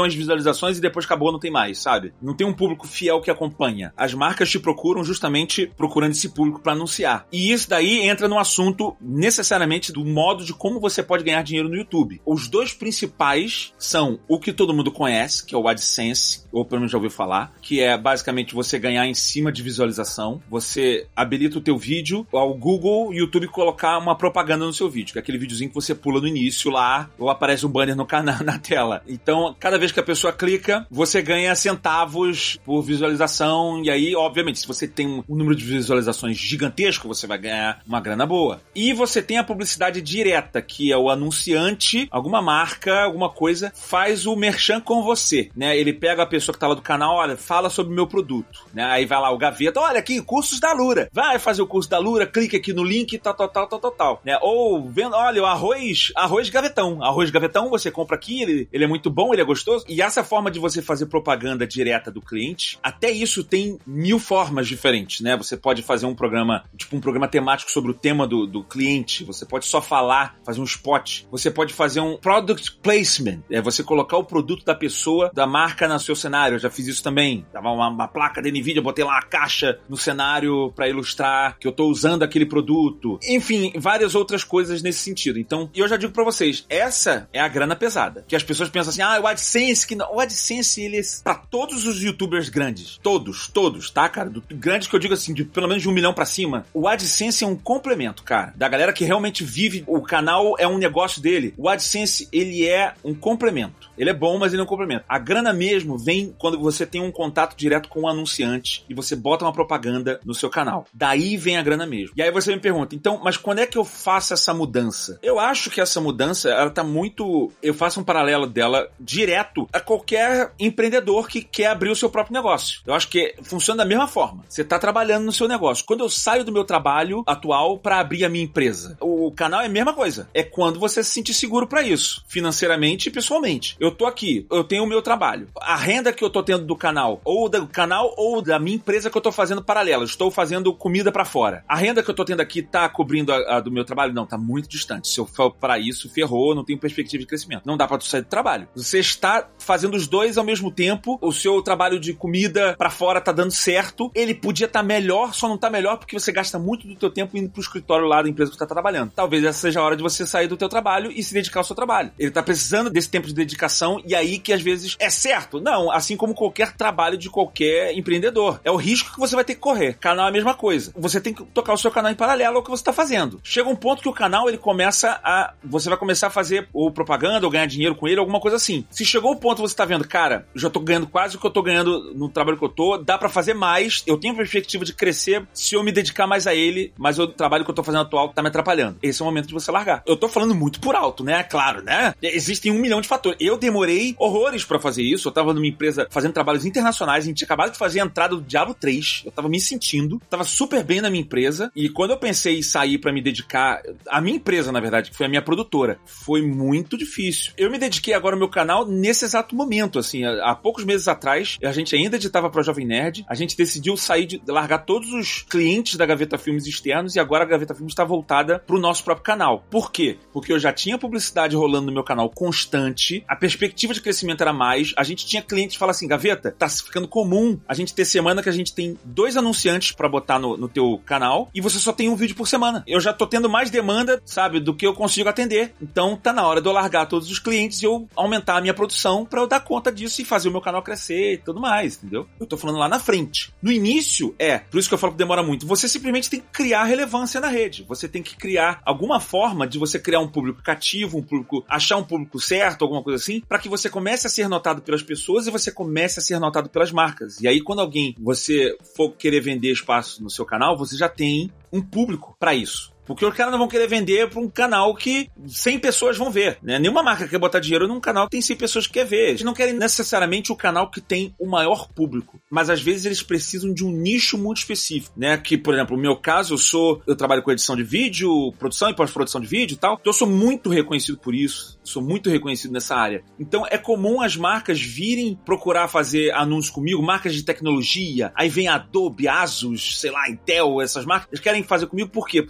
visualizações e depois acabou, não tem mais, sabe? Não tem um público fiel que acompanha. As marcas te procuram justamente procurando esse público para anunciar. E isso daí entra no assunto necessariamente do modo de como você pode ganhar dinheiro no YouTube. Os dois principais são o que todo mundo conhece, que é o AdSense, ou pelo menos já ouviu falar, que é basicamente você ganhar em cima de visualização. Você habilita o teu vídeo, ao Google e YouTube colocar uma propaganda no seu vídeo, que é aquele videozinho que você pula no início lá, ou aparece um banner no canal, na tela. Então, cada vez que a pessoa clica, você ganha centavos por visualização, e aí, obviamente, se você tem um número de visualizações gigantesco, você vai ganhar uma grana boa. E você tem a publicidade direta, que é o anunciante, alguma marca, alguma coisa, faz o merchan com você, né? Ele pega a pessoa que tá lá do canal, olha, fala sobre o meu produto, né? Aí vai lá o Gaveta, olha aqui, cursos da Lura, vai fazer o curso da Lura, clica aqui no link, tal, tal, tal, tal, tal, tal, né? Ou, vendo, olha, o arroz, arroz gavetão, arroz gavetão, você compra aqui, ele, ele é muito bom, ele é gostoso, e essa forma de você fazer propaganda direta do cliente, até isso tem mil formas diferentes, né? Você pode fazer um programa, tipo um programa temático sobre o tema do, do cliente, você pode só falar, fazer um spot, você pode fazer um product placement, é você colocar o produto da pessoa, da marca no seu cenário. Eu já fiz isso também, tava uma, uma placa da NVIDIA, botei lá uma caixa no cenário pra ilustrar que eu tô usando aquele produto, enfim, várias outras coisas nesse sentido. Então, eu já digo pra vocês, essa é a grana pesada, que as pessoas pensam assim, ah, o AdSense, que não. O AdSense, ele é pra todos os youtubers grandes, todos, todos, tá, cara, do, grandes que eu digo assim, de pelo menos de um milhão pra cima, o AdSense é um complemento, cara, da galera que realmente vive, o canal é um negócio dele. O AdSense, ele é um complemento. Ele é bom, mas ele é um complemento. A grana mesmo vem quando você tem um contato direto com o anunciante e você bota uma propaganda no seu canal. Daí vem a grana mesmo. E aí você me pergunta, então, mas quando é que eu faço essa mudança? Eu acho que essa mudança, ela tá muito... Eu faço um paralelo dela direto a qualquer empreendedor que quer abrir o seu próprio negócio. Eu acho que funciona da mesma forma. Você tá trabalhando no seu negócio. Quando eu saio do meu trabalho atual para abrir a minha empresa, o canal é a mesma coisa. É quando você se sentir seguro para isso, financeiramente e pessoalmente. Eu tô aqui, eu tenho o meu trabalho. A renda que eu tô tendo do canal, ou do canal, ou da minha empresa que eu tô fazendo paralela. Estou fazendo comida pra fora. A renda que eu tô tendo aqui tá cobrindo a, a do meu trabalho? Não, tá muito distante. Se eu for pra isso, ferrou, não tenho perspectiva de crescimento. Não dá pra tu sair do trabalho. Você está fazendo os dois ao mesmo tempo, o seu trabalho de comida pra fora tá dando certo, ele podia estar tá melhor, só não tá melhor porque você gasta muito do teu tempo indo pro escritório lá da empresa que tá trabalhando. Talvez essa seja a hora de você sair do teu trabalho e se dedicar ao seu trabalho. Ele tá precisando desse tempo de dedicação e aí que às vezes é certo. Não, assim como qualquer trabalho de qualquer empreendedor. É o risco que você vai ter que correr. Canal é a mesma coisa. Você tem que tocar o seu canal em paralelo ao que você tá fazendo. Chega um ponto que o canal, ele começa a... Você vai começar a fazer ou propaganda ou ganhar dinheiro com ele, alguma coisa assim. Se chegou o ponto que você tá vendo, cara, eu já tô ganhando quase o que eu tô ganhando no trabalho que eu tô, dá pra fazer mais, eu tenho perspectiva de crescer se eu me dedicar mais a ele, mas o trabalho que eu tô fazendo atual tá me atrapalhando. Esse é o momento de você largar. Eu tô falando muito por alto, né? Claro, né? Existem um milhão de fatores. Eu demorei horrores pra fazer isso. Eu tava numa empresa fazendo trabalhos internacionais, a gente tinha acabado de fazer a entrada do Diablo três, eu tava me sentindo, tava super bem na minha empresa, e quando eu pensei em sair pra me dedicar, a minha empresa, na verdade, que foi a minha produtora, foi muito difícil. Eu me dediquei agora ao meu canal nesse exato momento, assim, há, há poucos meses atrás, a gente ainda editava pra Jovem Nerd, a gente decidiu sair de largar todos os clientes da Gaveta Filmes externos, e agora a Gaveta Filmes tá voltada pro nosso próprio canal. Por quê? Porque eu já tinha publicidade rolando no meu canal constante, a perspectiva de crescimento era mais, a gente tinha clientes que falam assim, Gaveta, tá ficando comum a gente ter semana que a gente tem dois anunciantes pra botar no, no teu canal e você só tem um vídeo por semana. Eu já tô tendo mais demanda, sabe, do que eu consigo atender. Então tá na hora de eu largar todos os clientes e eu aumentar a minha produção pra eu dar conta disso e fazer o meu canal crescer e tudo mais, entendeu? Eu tô falando lá na frente. No início, é, por isso que eu falo que demora muito, você simplesmente tem que criar relevância na rede. Você tem que criar alguma forma de você criar um público cativo, um público, achar um público certo, alguma coisa assim, pra que você comece a ser notado pelas pessoas e você comece a ser notado pelas marcas. E aí, quando alguém, você for querer vender espaço no seu canal, você já tem um público pra isso. Porque os caras não vão querer vender para um canal que cem pessoas vão ver, né? Nenhuma marca quer botar dinheiro num canal que tem cem pessoas que quer ver. Eles não querem necessariamente o canal que tem o maior público, mas às vezes eles precisam de um nicho muito específico, né? Que, por exemplo, no meu caso, eu sou, eu trabalho com edição de vídeo, produção e pós-produção de vídeo e tal, então eu sou muito reconhecido por isso, sou muito reconhecido nessa área. Então é comum as marcas virem procurar fazer anúncios comigo, marcas de tecnologia, aí vem Adobe, Asus, sei lá, Intel, essas marcas, eles querem fazer comigo por quê? Porque tem um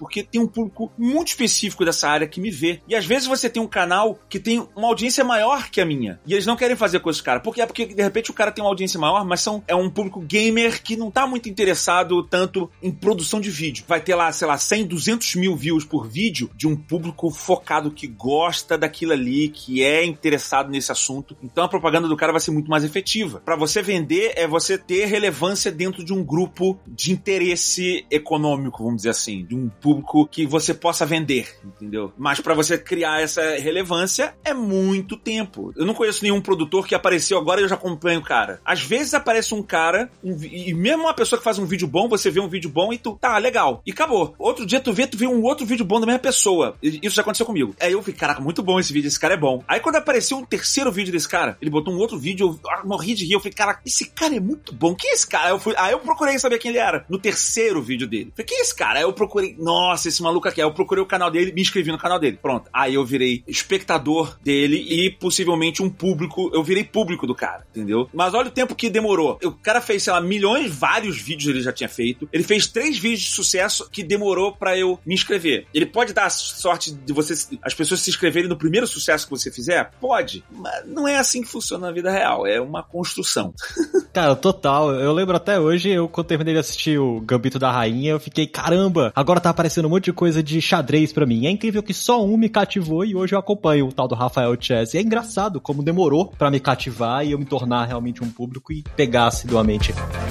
um público muito específico dessa área que me vê. E às vezes você tem um canal que tem uma audiência maior que a minha. E eles não querem fazer com esse cara. Por quê? Porque de repente o cara tem uma audiência maior, mas são, é um público gamer que não tá muito interessado tanto em produção de vídeo. Vai ter lá, sei lá, cem, duzentos mil views por vídeo de um público focado que gosta daquilo ali, que é interessado nesse assunto. Então a propaganda do cara vai ser muito mais efetiva. Pra você vender, é você ter relevância dentro de um grupo de interesse econômico, vamos dizer assim, de um público que você possa vender, entendeu? Mas pra você criar essa relevância é muito tempo. Eu não conheço nenhum produtor que apareceu agora e eu já acompanho o cara. Às vezes aparece um cara, um, e mesmo uma pessoa que faz um vídeo bom, você vê um vídeo bom e tu, tá, legal. E acabou. Outro dia tu vê, tu vê um outro vídeo bom da mesma pessoa. Isso já aconteceu comigo. Aí eu fiquei, caraca, muito bom esse vídeo, esse cara é bom. Aí quando apareceu um terceiro vídeo desse cara, ele botou um outro vídeo, eu morri de rir, eu falei, caraca, esse cara é muito bom. Quem é esse cara? Aí eu, fui, aí eu procurei saber quem ele era. No terceiro vídeo dele. Eu falei, quem é esse cara? Aí eu procurei, nossa, esse maluco aqui. Aí eu procurei o canal dele, me inscrevi no canal dele. Pronto. Aí eu virei espectador dele e possivelmente um público, eu virei público do cara, entendeu? Mas olha o tempo que demorou. O cara fez, sei lá, milhões, vários vídeos ele já tinha feito. Ele fez três vídeos de sucesso que demorou pra eu me inscrever. Ele pode dar a sorte de você, as pessoas se inscreverem no primeiro sucesso que você fizer? Pode. Mas não é assim que funciona na vida real. É uma construção. Cara, total. Eu lembro até hoje, eu quando terminei de assistir o Gambito da Rainha, eu fiquei, caramba, agora tá aparecendo um monte de coisa de xadrez pra mim. É incrível que só um me cativou e hoje eu acompanho o tal do Rafael Chess. E é engraçado como demorou pra me cativar e eu me tornar realmente um público e pegar assiduamente.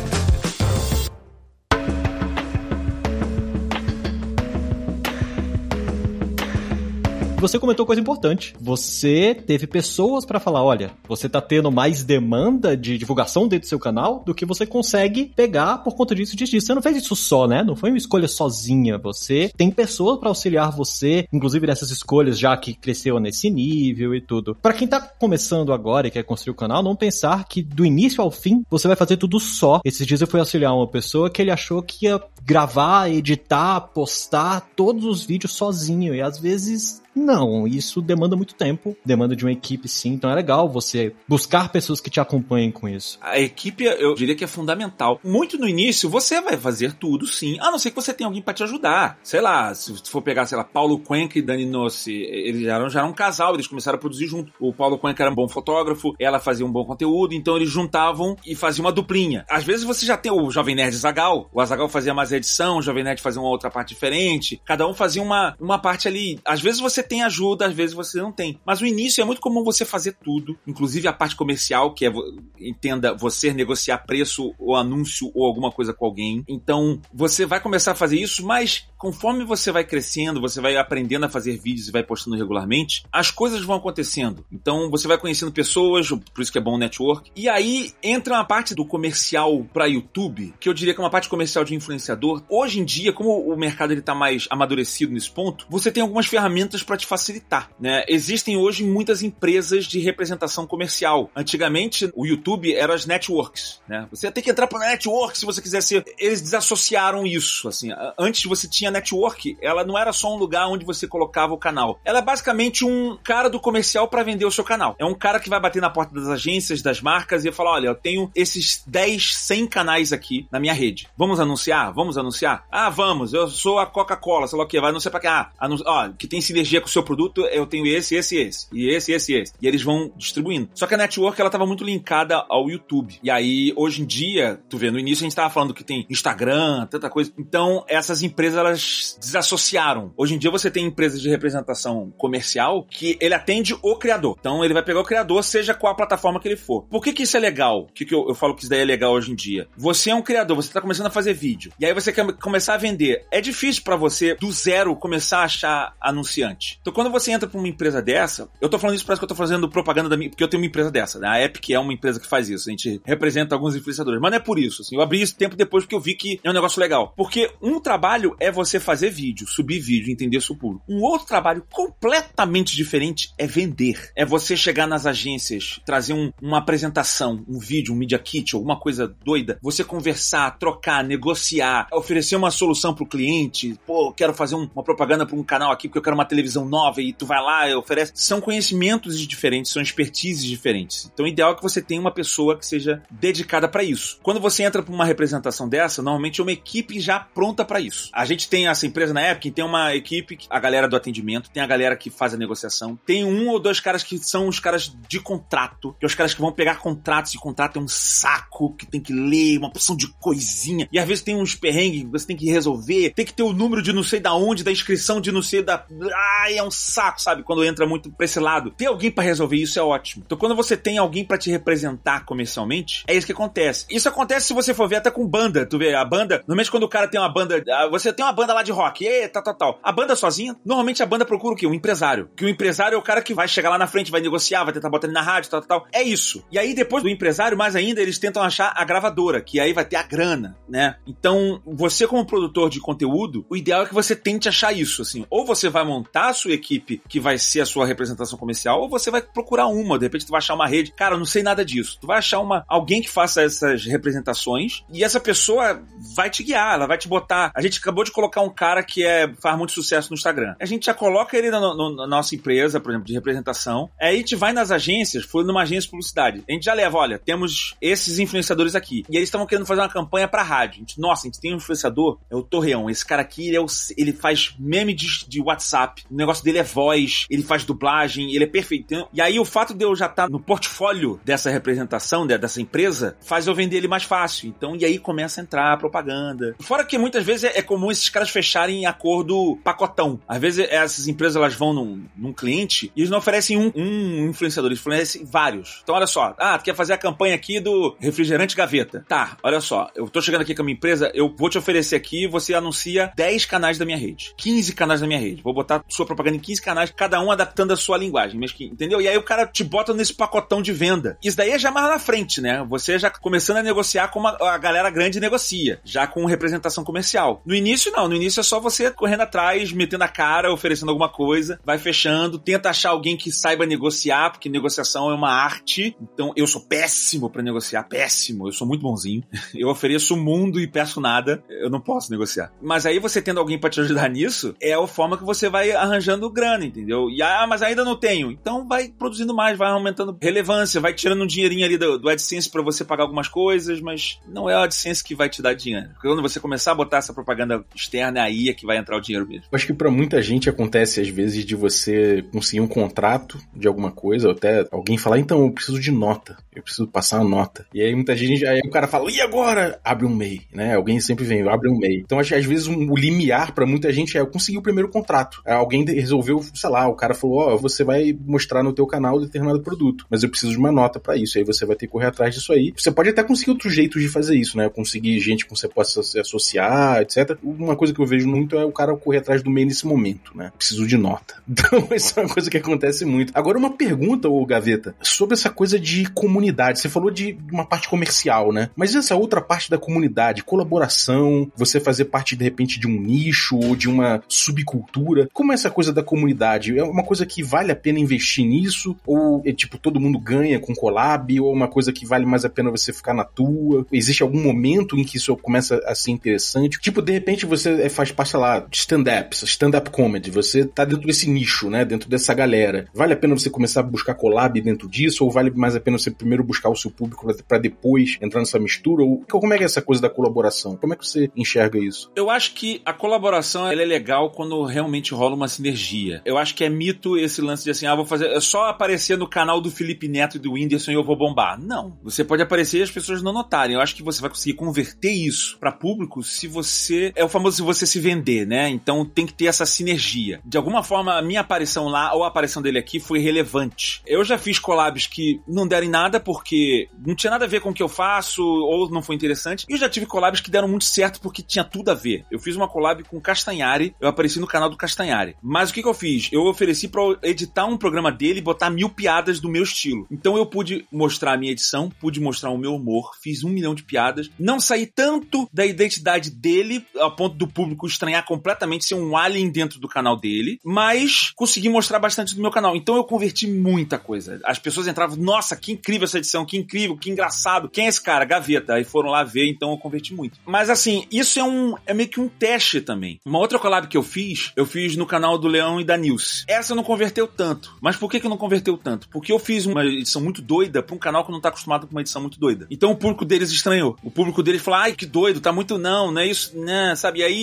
Você comentou coisa importante. Você teve pessoas pra falar, olha, você tá tendo mais demanda de divulgação dentro do seu canal do que você consegue pegar por conta disso e disso. Você não fez isso só, né? Não foi uma escolha sozinha. Você tem pessoas pra auxiliar você, inclusive nessas escolhas, já que cresceu nesse nível e tudo. Pra quem tá começando agora e quer construir o canal, não pensar que do início ao fim você vai fazer tudo só. Esses dias eu fui auxiliar uma pessoa que ele achou que ia gravar, editar, postar todos os vídeos sozinho. E às vezes... não, isso demanda muito tempo, demanda de uma equipe sim, então é legal você buscar pessoas que te acompanhem com isso. A equipe, eu diria que é fundamental. Muito no início, você vai fazer tudo sim, a não ser que você tenha alguém pra te ajudar. Sei lá, se for pegar, sei lá, Paulo Cuenca e Dani Nossi, eles já eram, já eram um casal, eles começaram a produzir junto. O Paulo Cuenca era um bom fotógrafo, ela fazia um bom conteúdo, então eles juntavam e faziam uma duplinha. Às vezes você já tem o Jovem Nerd Azaghal, o Azaghal fazia mais edição, o Jovem Nerd fazia uma outra parte diferente, cada um fazia uma, uma parte ali. Às vezes você tem ajuda, às vezes você não tem. Mas o início é muito comum você fazer tudo, inclusive a parte comercial, que é, entenda, você negociar preço ou anúncio ou alguma coisa com alguém. Então, você vai começar a fazer isso, mas conforme você vai crescendo, você vai aprendendo a fazer vídeos e vai postando regularmente, as coisas vão acontecendo. Então, você vai conhecendo pessoas, por isso que é bom o network. E aí, entra uma parte do comercial para YouTube, que eu diria que é uma parte comercial de influenciador. Hoje em dia, como o mercado ele tá mais amadurecido nesse ponto, você tem algumas ferramentas para te facilitar, né? Existem hoje muitas empresas de representação comercial. Antigamente, o YouTube era as networks, né? Você ia ter que entrar para network se você quisesse. Eles desassociaram isso, assim. Antes você tinha network, ela não era só um lugar onde você colocava o canal. Ela é basicamente um cara do comercial para vender o seu canal. É um cara que vai bater na porta das agências, das marcas e falar, olha, eu tenho esses dez, cem canais aqui na minha rede. Vamos anunciar? Vamos anunciar? Ah, vamos. Eu sou a Coca-Cola, sei lá o que. Vai anunciar para quê? Ah, anun... ó, que tem sinergia com o seu produto, eu tenho esse, esse, esse. E esse, esse, esse. E eles vão distribuindo. Só que a network, ela tava muito linkada ao YouTube. E aí, hoje em dia, tu vê, no início a gente tava falando que tem Instagram, tanta coisa. Então, essas empresas, elas desassociaram. Hoje em dia, você tem empresas de representação comercial que ele atende o criador. Então, ele vai pegar o criador, seja qual a plataforma que ele for. Por que que isso é legal? Por que que eu, eu falo que isso daí é legal hoje em dia? Você é um criador, você tá começando a fazer vídeo. E aí, você quer começar a vender. É difícil pra você, do zero, começar a achar anunciante. Então, quando você entra pra uma empresa dessa, eu tô falando isso, parece que eu tô fazendo propaganda da minha, porque eu tenho uma empresa dessa, né? A Epic é uma empresa que faz isso. A gente representa alguns influenciadores. Mas não é por isso, assim. Eu abri isso tempo depois porque eu vi que é um negócio legal. Porque um trabalho é você fazer vídeo, subir vídeo, entender seu público. Um outro trabalho completamente diferente é vender. É você chegar nas agências, trazer um, uma apresentação, um vídeo, um media kit, alguma coisa doida. Você conversar, trocar, negociar, oferecer uma solução pro cliente. Pô, eu quero fazer um, uma propaganda pra um canal aqui porque eu quero uma televisão nova e tu vai lá e oferece. São conhecimentos diferentes, são expertises diferentes. Então o ideal é que você tenha uma pessoa que seja dedicada pra isso. Quando você entra pra uma representação dessa, normalmente é uma equipe já pronta pra isso. A gente tem essa empresa na Epic, tem uma equipe, a galera do atendimento, tem a galera que faz a negociação, tem um ou dois caras que são os caras de contrato, que é os caras que vão pegar contratos, e contrato é um saco, que tem que ler, uma porção de coisinha, e às vezes tem uns perrengues que você tem que resolver, tem que ter o número de não sei da onde, da inscrição de não sei da... Ai, é um saco, sabe? Quando entra muito pra esse lado. Ter alguém pra resolver isso é ótimo. Então quando você tem alguém pra te representar comercialmente, é isso que acontece. Isso acontece se você for ver até com banda. Tu vê, a banda, normalmente quando o cara tem uma banda, você tem uma banda lá de rock, e tal, tal, tal. A banda sozinha, normalmente a banda procura o quê? Um empresário. Que o empresário é o cara que vai chegar lá na frente, vai negociar, vai tentar botar ele na rádio, tal, tal, tal. É isso. E aí depois do empresário, mais ainda, eles tentam achar a gravadora, que aí vai ter a grana, né? Então, você como produtor de conteúdo, o ideal é que você tente achar isso, assim. Ou você vai montar a sua equipe, que vai ser a sua representação comercial, ou você vai procurar uma, de repente tu vai achar uma rede. Cara, eu não sei nada disso. Tu vai achar uma, alguém que faça essas representações, e essa pessoa vai te guiar, ela vai te botar. A gente acabou de colocar um cara que é, faz muito sucesso no Instagram. A gente já coloca ele na, no, na nossa empresa, por exemplo, de representação. Aí a gente vai nas agências, foi numa agência de publicidade. A gente já leva, olha, temos esses influenciadores aqui. E eles estavam querendo fazer uma campanha pra rádio. A gente, nossa, a gente tem um influenciador, é o Torreão. Esse cara aqui, ele, é o, ele faz meme de, de WhatsApp. O negócio dele é voz, ele faz dublagem, ele é perfeito. E aí o fato de eu já estar no portfólio dessa representação, dessa empresa, faz eu vender ele mais fácil. Então, e aí começa a entrar a propaganda. Fora que muitas vezes é, é comum esses caras fecharem em acordo pacotão. Às vezes essas empresas, elas vão num, num cliente e eles não oferecem um, um influenciador, eles oferecem vários. Então, olha só. Ah, tu quer fazer a campanha aqui do refrigerante Gaveta. Tá, olha só. Eu tô chegando aqui com a minha empresa, eu vou te oferecer aqui, você anuncia dez canais da minha rede. quinze canais da minha rede. Vou botar sua propaganda em quinze canais, cada um adaptando a sua linguagem. Mas que, entendeu? E aí o cara te bota nesse pacotão de venda. Isso daí é já mais na frente, né? Você já começando a negociar como a, a galera grande negocia, já com representação comercial. No início, não. No início é só você correndo atrás, metendo a cara, oferecendo alguma coisa, vai fechando, tenta achar alguém que saiba negociar, porque negociação é uma arte. Então, eu sou péssimo pra negociar, péssimo. Eu sou muito bonzinho. Eu ofereço o mundo e peço nada. Eu não posso negociar. Mas aí você tendo alguém pra te ajudar nisso, é a forma que você vai arranjando grana, entendeu? E, ah, mas ainda não tenho. Então, vai produzindo mais, vai aumentando relevância, vai tirando um dinheirinho ali do, do AdSense pra você pagar algumas coisas, mas não é o AdSense que vai te dar dinheiro. Porque quando você começar a botar essa propaganda externa, aí é que vai entrar o dinheiro mesmo. Eu acho que pra muita gente acontece, às vezes, de você conseguir um contrato de alguma coisa, ou até alguém falar, então, eu preciso de nota, eu preciso passar uma nota. E aí muita gente, aí o cara fala, e agora? Abre um M E I, né? Alguém sempre vem, abre um M E I. Então, às vezes, um, o limiar pra muita gente é, eu consegui o primeiro contrato. Alguém resolveu, sei lá, o cara falou, ó, oh, você vai mostrar no teu canal determinado produto, mas eu preciso de uma nota pra isso. Aí você vai ter que correr atrás disso aí. Você pode até conseguir outros jeitos de fazer isso, né? Conseguir gente com que você possa se associar, etcétera. Uma coisa que eu vejo muito é o cara correr atrás do M E I nesse momento, né? Preciso de nota. Então, isso é uma coisa que acontece muito. Agora, uma pergunta, ô Gaveta, sobre essa coisa de comunidade. Você falou de uma parte comercial, né? Mas essa outra parte da comunidade, colaboração, você fazer parte, de repente, de um nicho ou de uma subcultura. Como é essa coisa da comunidade? É uma coisa que vale a pena investir nisso? Ou, é, tipo, todo mundo ganha com collab? Ou é uma coisa que vale mais a pena você ficar na tua? Existe algum momento em que isso começa a ser interessante? Tipo, de repente, você faz parte, sei lá, de stand-ups, stand-up comedy. Você tá dentro desse nicho, né? Dentro dessa galera. Vale a pena você começar a buscar collab dentro disso? Ou vale mais a pena você primeiro buscar o seu público pra depois entrar nessa mistura? Ou como é que é essa coisa da colaboração? Como é que você enxerga isso? Eu acho que a colaboração ela é legal quando realmente rola uma sinergia. Eu acho que é mito esse lance de assim, ah, vou fazer, é só aparecer no canal do Felipe Neto e do Whindersson e eu vou bombar. Não. Você pode aparecer e as pessoas não notarem. Eu acho que você vai conseguir converter isso pra público se você, é o famoso se você se vender, né? Então tem que ter essa sinergia. De alguma forma, a minha aparição lá ou a aparição dele aqui foi relevante. Eu já fiz collabs que não deram em nada porque não tinha nada a ver com o que eu faço ou não foi interessante. E eu já tive collabs que deram muito certo porque tinha tudo a ver. Eu fiz uma collab com o Castanhari, eu apareci no canal do Castanhari. Mas o que que eu fiz? Eu ofereci pra editar um programa dele e botar mil piadas do meu estilo. Então eu pude mostrar a minha edição, pude mostrar o meu humor, fiz um milhão de piadas. Não saí tanto da identidade dele, ao ponto do público estranhar completamente, ser um alien dentro do canal dele, mas consegui mostrar bastante do meu canal. Então eu converti muita coisa. As pessoas entravam, nossa, que incrível essa edição, que incrível, que engraçado. Quem é esse cara? Gaveta. Aí foram lá ver, então eu converti muito. Mas assim, isso é um é meio que um teste também. Uma outra collab que eu fiz, eu fiz no canal do Leão e da Nilce. Essa não converteu tanto. Mas por que que não converteu tanto? Porque eu fiz uma edição muito doida pra um canal que não tá acostumado com uma edição muito doida. Então o público deles estranhou. O público deles falou, ai, que doido, tá muito não, não é isso, né, sabe? E aí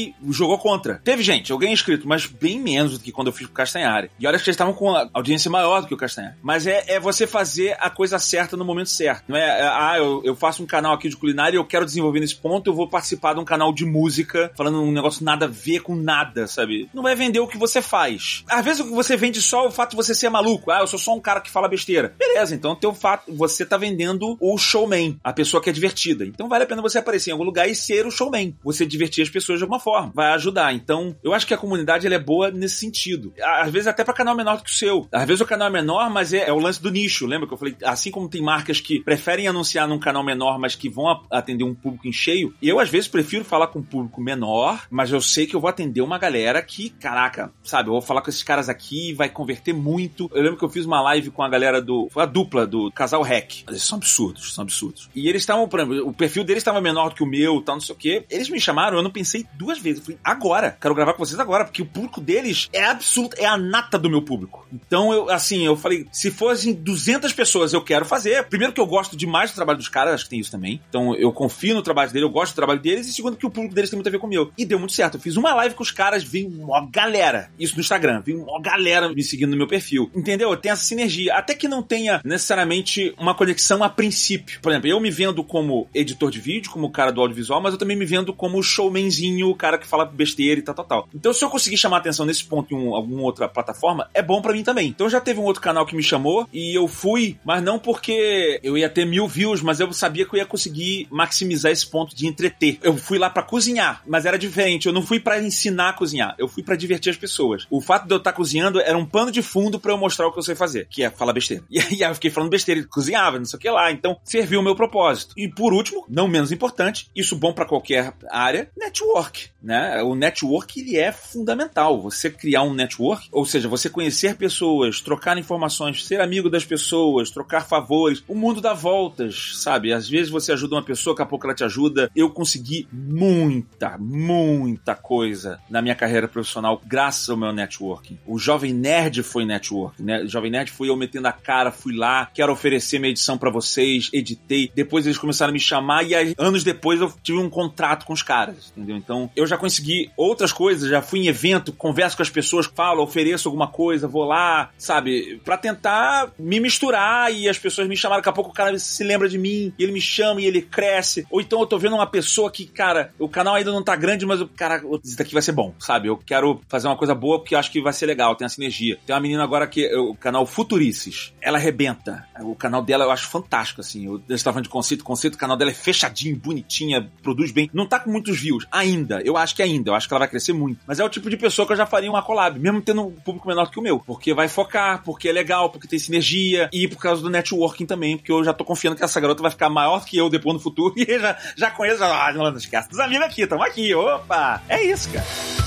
que jogou contra. Teve gente, eu ganhei inscrito, mas bem menos do que quando eu fiz pro Castanhari. E olha que eles estavam com a audiência maior do que o Castanhari. Mas é, é você fazer a coisa certa no momento certo. Não é, é ah, eu, eu faço um canal aqui de culinária e eu quero desenvolver nesse ponto, eu vou participar de um canal de música, falando um negócio nada a ver com nada, sabe? Não vai vender o que você faz. Às vezes você vende só o fato de você ser maluco. Ah, eu sou só um cara que fala besteira. Beleza, então teu fato, você tá vendendo o showman, a pessoa que é divertida. Então vale a pena você aparecer em algum lugar e ser o showman. Você divertir as pessoas de alguma forma. Vai ajudar. Então, eu acho que a comunidade ela é boa nesse sentido. Às vezes até pra canal menor do que o seu. Às vezes o canal é menor, mas é, é o lance do nicho. Lembra que eu falei? Assim como tem marcas que preferem anunciar num canal menor, mas que vão atender um público em cheio, eu às vezes prefiro falar com um público menor, mas eu sei que eu vou atender uma galera que, caraca, sabe, eu vou falar com esses caras aqui, vai converter muito. Eu lembro que eu fiz uma live com a galera do... Foi a dupla do Casal Rec. Eles são absurdos, são absurdos. E eles estavam, o perfil deles estava menor do que o meu, tal, não sei o quê. Eles me chamaram, eu não pensei duas vezes. Eu falei, agora, quero gravar com vocês agora, porque o público deles é absoluto, é a nata do meu público. Então, eu, assim, eu falei, se fossem duzentas pessoas, eu quero fazer. Primeiro que eu gosto demais do trabalho dos caras, acho que tem isso também. Então, eu confio no trabalho dele, eu gosto do trabalho deles, e segundo que o público deles tem muito a ver com o meu. E deu muito certo. Eu fiz uma live com os caras, veio uma galera, isso no Instagram, veio uma galera me seguindo no meu perfil. Entendeu? Tem essa sinergia. Até que não tenha necessariamente uma conexão a princípio. Por exemplo, eu me vendo como editor de vídeo, como o cara do audiovisual, mas eu também me vendo como showmanzinho, o cara que fala besteira e tal, tal, tal. Então, se eu conseguir chamar a atenção nesse ponto em um, alguma outra plataforma, é bom pra mim também. Então, já teve um outro canal que me chamou e eu fui, mas não porque eu ia ter mil views, mas eu sabia que eu ia conseguir maximizar esse ponto de entreter. Eu fui lá pra cozinhar, mas era diferente. Eu não fui pra ensinar a cozinhar, eu fui pra divertir as pessoas. O fato de eu estar cozinhando era um pano de fundo pra eu mostrar o que eu sei fazer, que é falar besteira. E aí eu fiquei falando besteira, ele cozinhava, não sei o que lá. Então, serviu o meu propósito. E por último, não menos importante, isso bom pra qualquer área, network, né? O network, ele é fundamental. Você criar um network, ou seja, você conhecer pessoas, trocar informações, ser amigo das pessoas, trocar favores. O mundo dá voltas, sabe? Às vezes você ajuda uma pessoa, daqui a pouco ela te ajuda. Eu consegui muita, muita coisa na minha carreira profissional graças ao meu networking. O Jovem Nerd foi network, né? O Jovem Nerd foi eu metendo a cara, fui lá, quero oferecer minha edição pra vocês, editei. Depois eles começaram a me chamar e aí, anos depois eu tive um contrato com os caras, entendeu? Então, eu já consegui outras coisas, já fui em evento, converso com as pessoas, falo, ofereço alguma coisa, vou lá, sabe? Pra tentar me misturar e as pessoas me chamaram, daqui a pouco o cara se lembra de mim e ele me chama e ele cresce. Ou então eu tô vendo uma pessoa que, cara, o canal ainda não tá grande, mas o cara, isso daqui vai ser bom, sabe? Eu quero fazer uma coisa boa porque eu acho que vai ser legal, tem a sinergia. Tem uma menina agora que, o canal Futurices, ela arrebenta. O canal dela eu acho fantástico, assim. Eu estava falando de conceito, conceito, o canal dela é fechadinho, bonitinha, produz bem. Não tá com muitos views, ainda. Eu acho que ainda, eu acho que ela vai crescer muito. Mas é o tipo de pessoa que eu já faria uma collab, mesmo tendo um público menor que o meu. Porque vai focar, porque é legal, porque tem sinergia e por causa do networking também, porque eu já tô confiando que essa garota vai ficar maior que eu depois no futuro e já, já conheço, já, ah, não esquece dos amigos aqui, tamo aqui, opa! É isso, cara.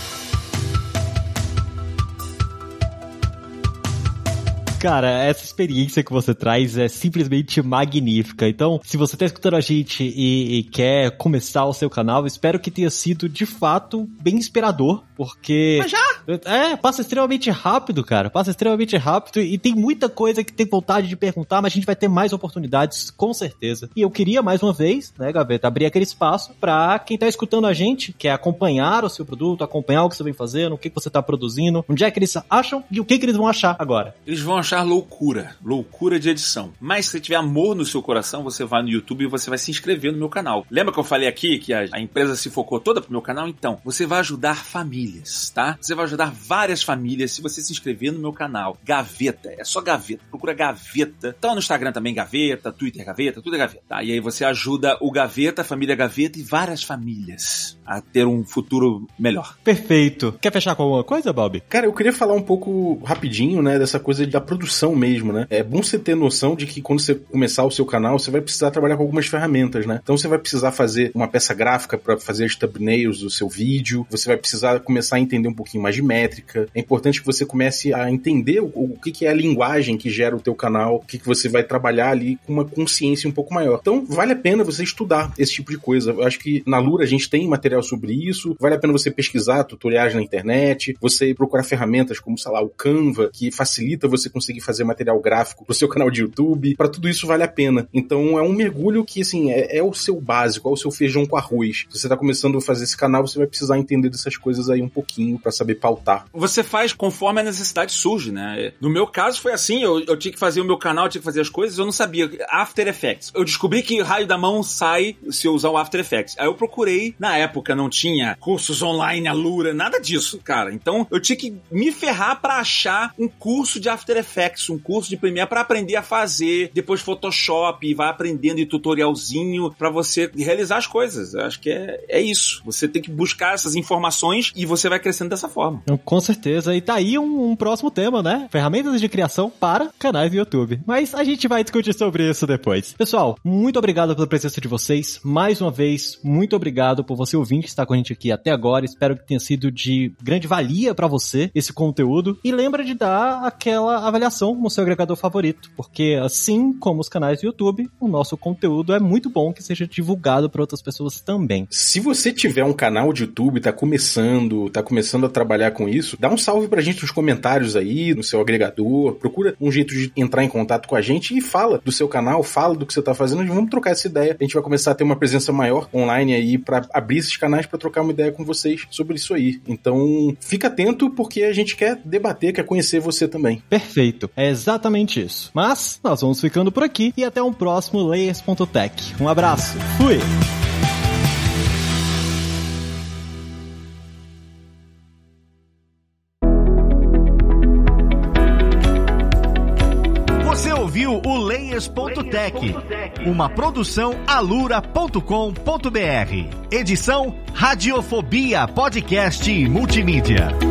Cara, essa experiência que você traz é simplesmente magnífica. Então, se você tá escutando a gente e, e quer começar o seu canal, espero que tenha sido, de fato, bem inspirador, porque... Mas já? É, passa extremamente rápido, cara. Passa extremamente rápido e tem muita coisa que tem vontade de perguntar, mas a gente vai ter mais oportunidades, com certeza. E eu queria, mais uma vez, né, Gaveta, abrir aquele espaço pra quem tá escutando a gente, quer acompanhar o seu produto, acompanhar o que você vem fazendo, o que você tá produzindo, onde é que eles acham e o que, que eles vão achar agora. Eles vão achar loucura, loucura de edição. Mas se você tiver amor no seu coração, você vai no YouTube e você vai se inscrever no meu canal. Lembra que eu falei aqui que a, a empresa se focou toda pro meu canal? Então, você vai ajudar famílias, tá? Você vai ajudar várias famílias se você se inscrever no meu canal. Gaveta, é só Gaveta. Procura Gaveta. Então no Instagram também Gaveta, Twitter Gaveta, tudo é Gaveta. Tá? E aí você ajuda o Gaveta, a família Gaveta e várias famílias a ter um futuro melhor. Perfeito. Quer fechar com alguma coisa, Bob? Cara, eu queria falar um pouco rapidinho, né, dessa coisa da produção mesmo, né? É bom você ter noção de que quando você começar o seu canal, você vai precisar trabalhar com algumas ferramentas, né? Então você vai precisar fazer uma peça gráfica para fazer as thumbnails do seu vídeo, você vai precisar começar a entender um pouquinho mais de métrica. É importante que você comece a entender o, o que, que é a linguagem que gera o teu canal, o que, que você vai trabalhar ali com uma consciência um pouco maior. Então vale a pena você estudar esse tipo de coisa. Eu acho que na Lura a gente tem material sobre isso, vale a pena você pesquisar tutoriais na internet, você procurar ferramentas como, sei lá, o Canva, que facilita você conseguir conseguir fazer material gráfico pro seu canal de YouTube. Pra tudo isso vale a pena. Então é um mergulho que, assim, é, é o seu básico, é o seu feijão com arroz. Se você tá começando a fazer esse canal, você vai precisar entender dessas coisas aí um pouquinho pra saber pautar. Você faz conforme a necessidade surge, né? No meu caso foi assim, eu, eu tinha que fazer o meu canal, eu tinha que fazer as coisas, eu não sabia. After Effects. Eu descobri que raio da mão sai se eu usar o After Effects. Aí eu procurei, na época não tinha cursos online, Alura, nada disso, cara. Então eu tinha que me ferrar pra achar um curso de After Effects, um curso de Premiere pra aprender a fazer, depois Photoshop, e vai aprendendo em tutorialzinho pra você realizar as coisas. Eu acho que é, é isso. Você tem que buscar essas informações e você vai crescendo dessa forma. Com certeza. E tá aí um, um próximo tema, né? Ferramentas de criação para canais do YouTube. Mas a gente vai discutir sobre isso depois. Pessoal, muito obrigado pela presença de vocês. Mais uma vez, muito obrigado por você ouvinte que está com a gente aqui até agora. Espero que tenha sido de grande valia pra você esse conteúdo. E lembra de dar aquela avaliação no seu agregador favorito, porque assim como os canais do YouTube, o nosso conteúdo é muito bom que seja divulgado para outras pessoas também. Se você tiver um canal de YouTube, tá começando, tá começando a trabalhar com isso, dá um salve pra gente nos comentários aí, no seu agregador, procura um jeito de entrar em contato com a gente e fala do seu canal, fala do que você tá fazendo, e vamos trocar essa ideia. A gente vai começar a ter uma presença maior online aí pra abrir esses canais pra trocar uma ideia com vocês sobre isso aí. Então, fica atento porque a gente quer debater, quer conhecer você também. Perfeito, é exatamente isso. Mas nós vamos ficando por aqui e até um próximo Layers ponto tech. Um abraço, fui! Você ouviu o Layers ponto tech, uma produção alura ponto com ponto br. Edição Radiofobia Podcast e Multimídia.